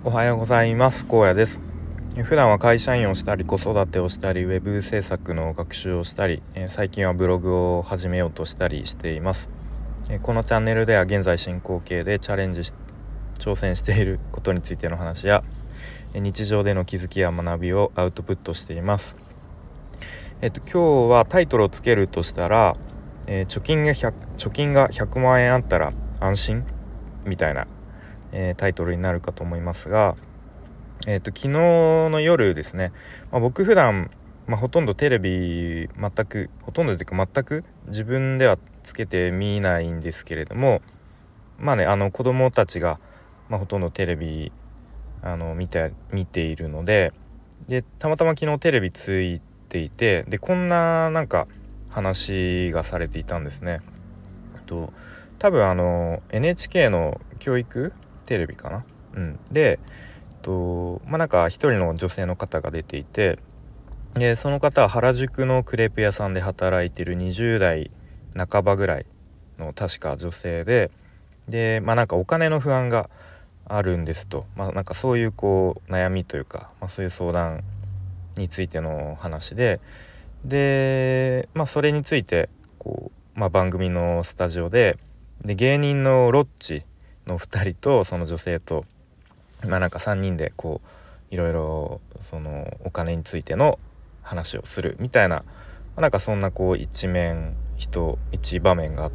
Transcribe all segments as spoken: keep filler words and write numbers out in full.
おはようございます。荒野です。普段は会社員をしたり子育てをしたりウェブ制作の学習をしたり、えー最近はブログを始めようとしたりしています。えーこのチャンネルでは現在進行形でチャレンジし挑戦していることについての話や、えー日常での気づきや学びをアウトプットしています。えっと今日はタイトルをつけるとしたら、えー貯金がひゃく貯金がひゃくまん円あったら安心みたいな、えータイトルになるかと思いますが、えー、と昨日の夜ですね、まあ、僕普段、まあ、ほとんどテレビ全くほとんどというか全く自分ではつけて見ないんですけれども、まあねあの子供たちが、まあ、ほとんどテレビあの見て見ているので、でたまたま昨日テレビついていて、でこんななんか話がされていたんですね。と多分あの エヌエイチケー の教育テレビかな、うん、でとまあなんか一人の女性の方が出ていて、でその方は原宿のクレープ屋さんで働いているにじゅう代半ばぐらいの確か女性で、でまあなんかお金の不安があるんですと、まあなんかそういうこう悩みというか、まあ、そういう相談についての話で、でまあそれについてこう、まあ、番組のスタジオでで芸人のロッチのふたりとその女性と、まあなんかさんにんでこういろいろそのお金についての話をするみたいな、まあなんかそんなこう一面人一場面があって、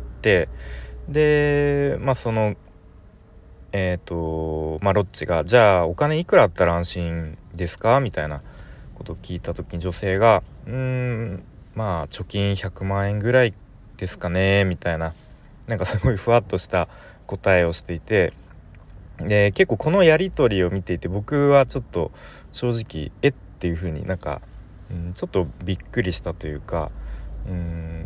でまあそのえっとまあロッチがじゃあお金いくらあったら安心ですかみたいなことを聞いた時に女性がうーんまあ貯金ひゃくまん円ぐらいですかねみたいな、なんかすごいふわっとした答えをしていて、で結構このやり取りを見ていて僕はちょっと正直えっていう風になんか、うん、ちょっとびっくりしたというか、うん、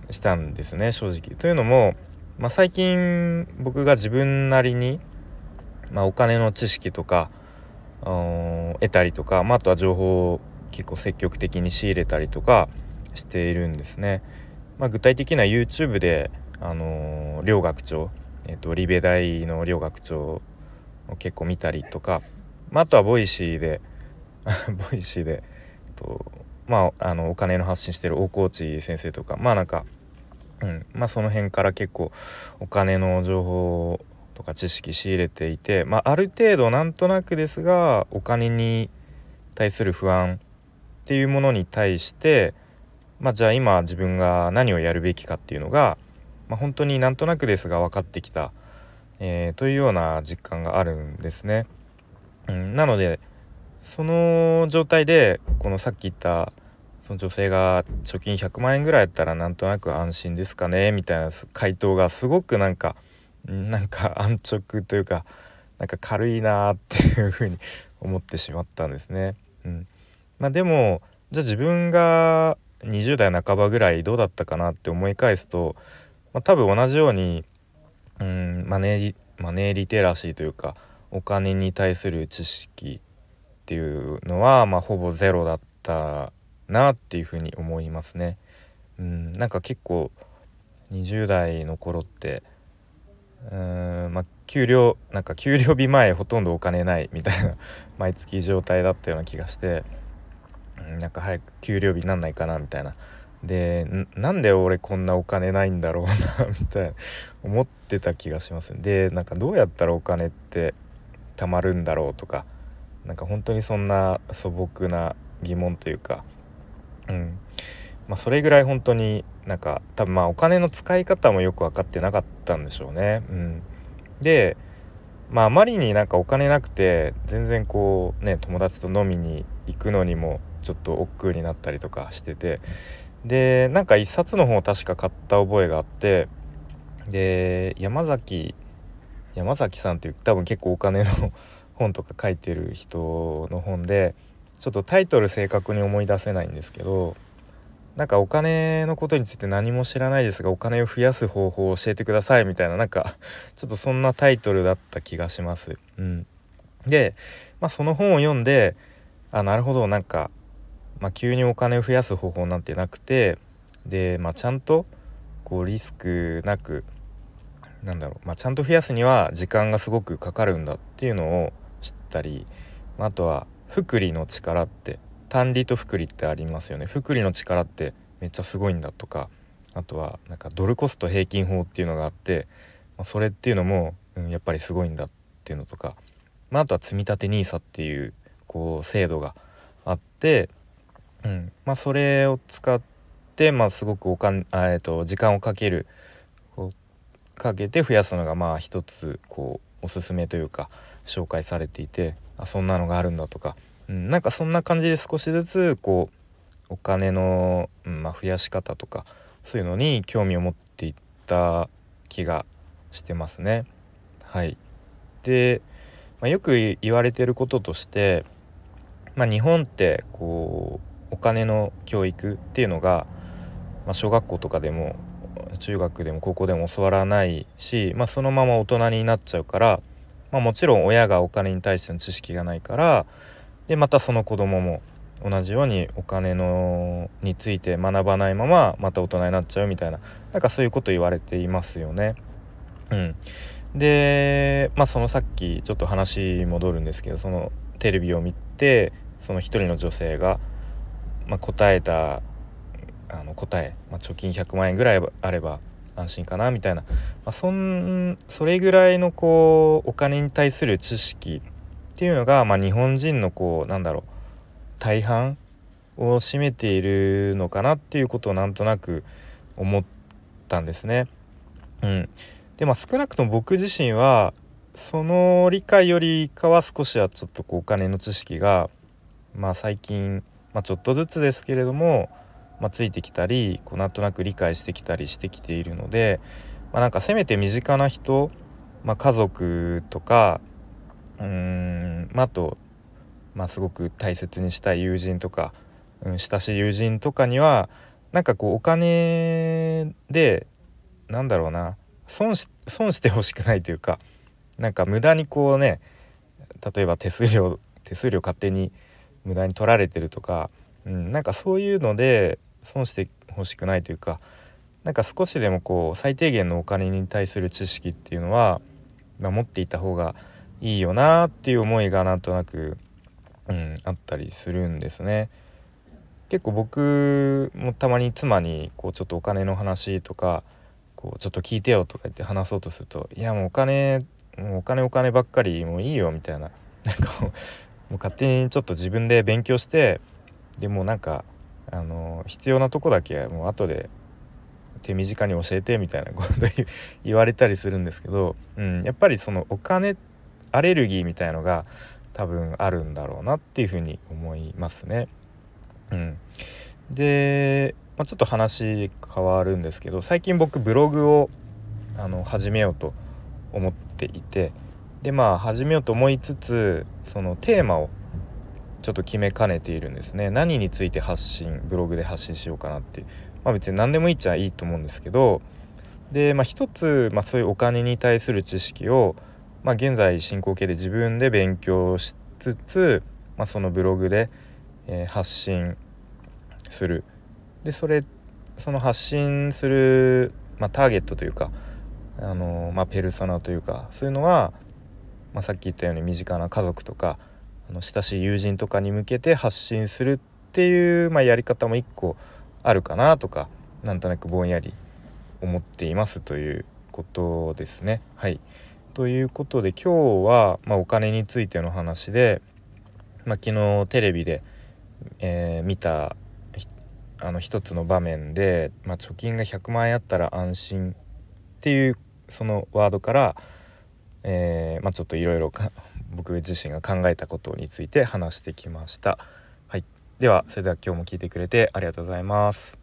したんですね正直。というのも、まあ、最近僕が自分なりに、まあ、お金の知識とかあー得たりとか、まあ、あとは情報を結構積極的に仕入れたりとかしているんですね。まあ、具体的には YouTube で、あのー両学長、えっと、リベ大の両学長を結構見たりとか、まあ、あとはボイシーでボイシーでとまああのお金の発信してる大河内先生とか、まあなんか、うんまあその辺から結構お金の情報とか知識仕入れていて、まあある程度なんとなくですがお金に対する不安っていうものに対して、まあじゃあ今自分が何をやるべきかっていうのが、まあ、本当になんとなくですが分かってきた、えーというような実感があるんですね。うん、なのでその状態でこのさっき言ったその女性が貯金ひゃくまん円ぐらいやったらなんとなく安心ですかねみたいな回答がすごくなんかんなんか安直というかなんか軽いなっていうふうに思ってしまったんですね。うん、まあでもじゃあ自分がにじゅう代半ばぐらいどうだったかなって思い返すと、まあ、多分同じようにうんマネーリ、マネーリテラシーというかお金に対する知識っていうのは、まあ、ほぼゼロだったなっていうふうに思いますね。うん、なんか結構にじゅう代の頃ってうーん、まあ、給料なんか給料日前ほとんどお金ないみたいな毎月状態だったような気がして、うんなんか早く給料日なんないかなみたいな。でんなんで俺こんなお金ないんだろうなみたいな思ってた気がします。でなんかどうやったらお金って貯まるんだろうとか、なんか本当にそんな素朴な疑問というか、うんまあ、それぐらい本当になんか多分まあお金の使い方もよく分かってなかったんでしょうね。うん、でまああまりになんかお金なくて全然こうね友達と飲みに行くのにもちょっと億劫になったりとかしてて、でなんか一冊の本を確か買った覚えがあって、で山崎山崎さんっていう多分結構お金の本とか書いてる人の本で、ちょっとタイトル正確に思い出せないんですけど、なんかお金のことについて何も知らないですがお金を増やす方法を教えてくださいみたいな、なんかちょっとそんなタイトルだった気がします。うん、で、まあ、その本を読んで、あなるほどなんか、まあ、急にお金を増やす方法なんてなくて、で、まあ、ちゃんとこうリスクなくなんだろう、まあ、ちゃんと増やすには時間がすごくかかるんだっていうのを知ったり、 あとは複利の力って単利と複利ってありますよね。複利の力ってめっちゃすごいんだとか、あとはなんかドルコスト平均法っていうのがあって、まあ、それっていうのも、うん、やっぱりすごいんだっていうのとか、まあ、あとは積み立て ニーサ っていうこう制度があって、うんまあ、それを使って、まあ、すごくお金あ、えっと、時間をかけるこうかけて増やすのがまあ一つこうおすすめというか紹介されていて、あそんなのがあるんだとか、うん、なんかそんな感じで少しずつこうお金の、うんまあ、増やし方とかそういうのに興味を持っていった気がしてますね。はい。で、まあ、よく言われていることとして、まあ、日本ってこうお金の教育っていうのが、まあ、小学校とかでも中学でも高校でも教わらないし、まあ、そのまま大人になっちゃうから、まあ、もちろん親がお金に対しての知識がないから、でまたその子供も同じようにお金のについて学ばないまままた大人になっちゃうみたいな、なんかそういうこと言われていますよね。うん、でまあそのさっきちょっと話戻るんですけど、そのテレビを見てその一人の女性が、まあ、答えたあの答え、まあ、貯金ひゃくまん円ぐらいあれば安心かなみたいな、まあ、そんそれぐらいのこうお金に対する知識っていうのが、まあ、日本人のこうなんだろう大半を占めているのかなっていうことをなんとなく思ったんですね。うん、でまあ少なくとも僕自身はその理解よりかは少しはちょっとこうお金の知識がまあ最近、まあ、ちょっとずつですけれども、まあ、ついてきたりこうなんとなく理解してきたりしてきているので、まあ、なんかせめて身近な人、まあ、家族とかうーん、まあ、あと、まあ、すごく大切にしたい友人とか、うん、親しい友人とかにはなんかこうお金でなんだろうな損し、損してほしくないというか、なんか無駄にこうね、例えば手数料手数料勝手に無駄に取られてるとか、うん、なんかそういうので損してほしくないというか、なんか少しでもこう最低限のお金に対する知識っていうのは、まあ、持っていた方がいいよなっていう思いがなんとなく、うん、あったりするんですね。結構僕もたまに妻にこうちょっとお金の話とかこうちょっと聞いてよとか言って話そうとすると、いやもうお金もうお金お金ばっかりもういいよみたいな、なんかもうもう勝手にちょっと自分で勉強して、でもうなんかあの必要なとこだけもう後で手短に教えてみたいなこと言われたりするんですけど、うん、やっぱりそのお金アレルギーみたいのが多分あるんだろうなっていうふうに思いますね。うん、で、まあ、ちょっと話変わるんですけど、最近僕ブログをあの始めようと思っていて、でまあ始めようと思いつつそのテーマをちょっと決めかねているんですね。何について発信ブログで発信しようかなって、まあ別に何でもいいっちゃいいと思うんですけど、でまあ一つ、まあ、そういうお金に対する知識を、まあ、現在進行形で自分で勉強しつつ、まあ、そのブログで、えー発信する。でそれその発信する、まあ、ターゲットというかあの、まあ、ペルソナというかそういうのは、まあ、さっき言ったように身近な家族とかあの親しい友人とかに向けて発信するっていう、まあ、やり方も一個あるかなとかなんとなくぼんやり思っていますということですね。はい。ということで今日は、まあ、お金についての話で、まあ、昨日テレビで、えー見たあの一つの場面で、まあ、貯金がひゃくまん円あったら安心っていうそのワードから、えーまあ、ちょっといろいろ僕自身が考えたことについて話してきました。はい、ではそれでは今日も聞いてくれてありがとうございます。